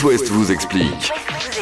It West vous explique.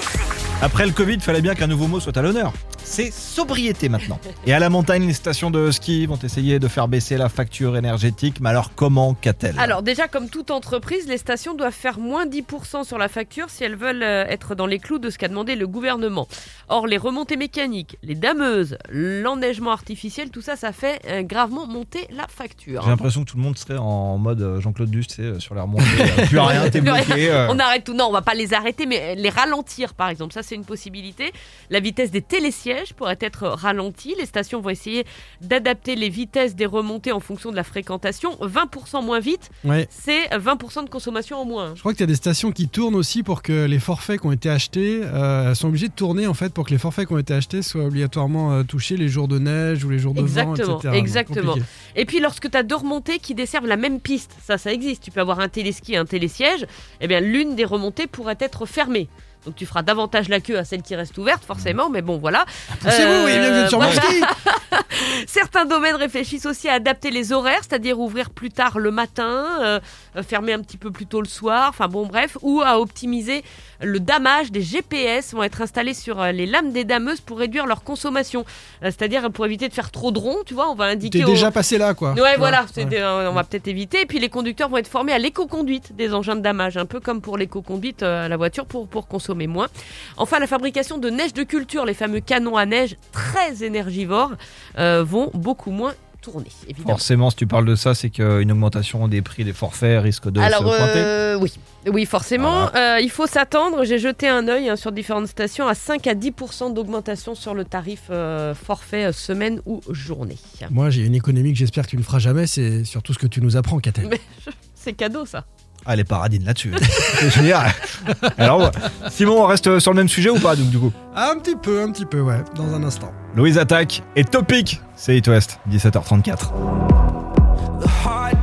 Après le Covid, il fallait bien qu'un nouveau mot soit à l'honneur. C'est sobriété maintenant. Et à la montagne, les stations de ski vont essayer de faire baisser la facture énergétique. Mais alors comment qu'a-t-elle ? Alors déjà, comme toute entreprise, les stations doivent faire moins 10% sur la facture si elles veulent être dans les clous de ce qu'a demandé le gouvernement. Or, les remontées mécaniques, les dameuses, l'enneigement artificiel, tout ça, ça fait gravement monter la facture. J'ai l'impression que tout le monde serait en mode Jean-Claude Duss, tu sais, sur les remontées. Plus rien, t'es bloqué. On arrête tout. Non, on va pas les arrêter, mais les ralentir, par exemple. Ça, c'est une possibilité. La vitesse des télésièges pourrait être ralentie. Les stations vont essayer d'adapter les vitesses des remontées en fonction de la fréquentation. 20% moins vite, c'est 20% de consommation en moins. Je crois qu'il y a des stations qui tournent aussi pour que les forfaits qui ont été achetés sont obligés de tourner en fait pour que les forfaits qui ont été achetés soient obligatoirement touchés les jours de neige ou les jours de vent, etc. Exactement. Et puis lorsque tu as deux remontées qui desservent la même piste, ça existe. Tu peux avoir un téléski et un télésiège. Eh bien, l'une des remontées pourrait être fermée. Donc tu feras davantage la queue à celle qui reste ouverte, forcément, mais bon, voilà. Poussez-vous, oui, bien que vous êtes sur mon ski. Certains domaines réfléchissent aussi à adapter les horaires, c'est-à-dire ouvrir plus tard le matin, fermer un petit peu plus tôt le soir, enfin bon, bref, ou à optimiser le damage. Des GPS vont être installés sur les lames des dameuses pour réduire leur consommation. C'est-à-dire pour éviter de faire trop de ronds, tu vois, on va indiquer... T'es déjà passé là, quoi. Ouais, voilà, on va peut-être éviter. Et puis les conducteurs vont être formés à l'éco-conduite des engins de damage, un peu comme pour l'éco-conduite à la voiture pour consommer moins. Enfin, la fabrication de neige de culture, les fameux canons à neige très énergivores, vont beaucoup moins tourner, évidemment. Forcément, si tu parles de ça, c'est qu'une augmentation des prix des forfaits risque de se pointer. Oui, forcément. Voilà. Il faut s'attendre, j'ai jeté un œil sur différentes stations, à 5 à 10% d'augmentation sur le tarif forfait semaine ou journée. Moi, j'ai une économie que j'espère que tu ne feras jamais, c'est surtout ce que tu nous apprends, Catel. Mais c'est cadeau, ça. Ah, les paradines là-dessus. Je veux dire. Alors, Simon, on reste sur le même sujet ou pas, donc, du coup ? Un petit peu, ouais, dans un instant. Louise attaque et Topic, c'est It West, 17h34.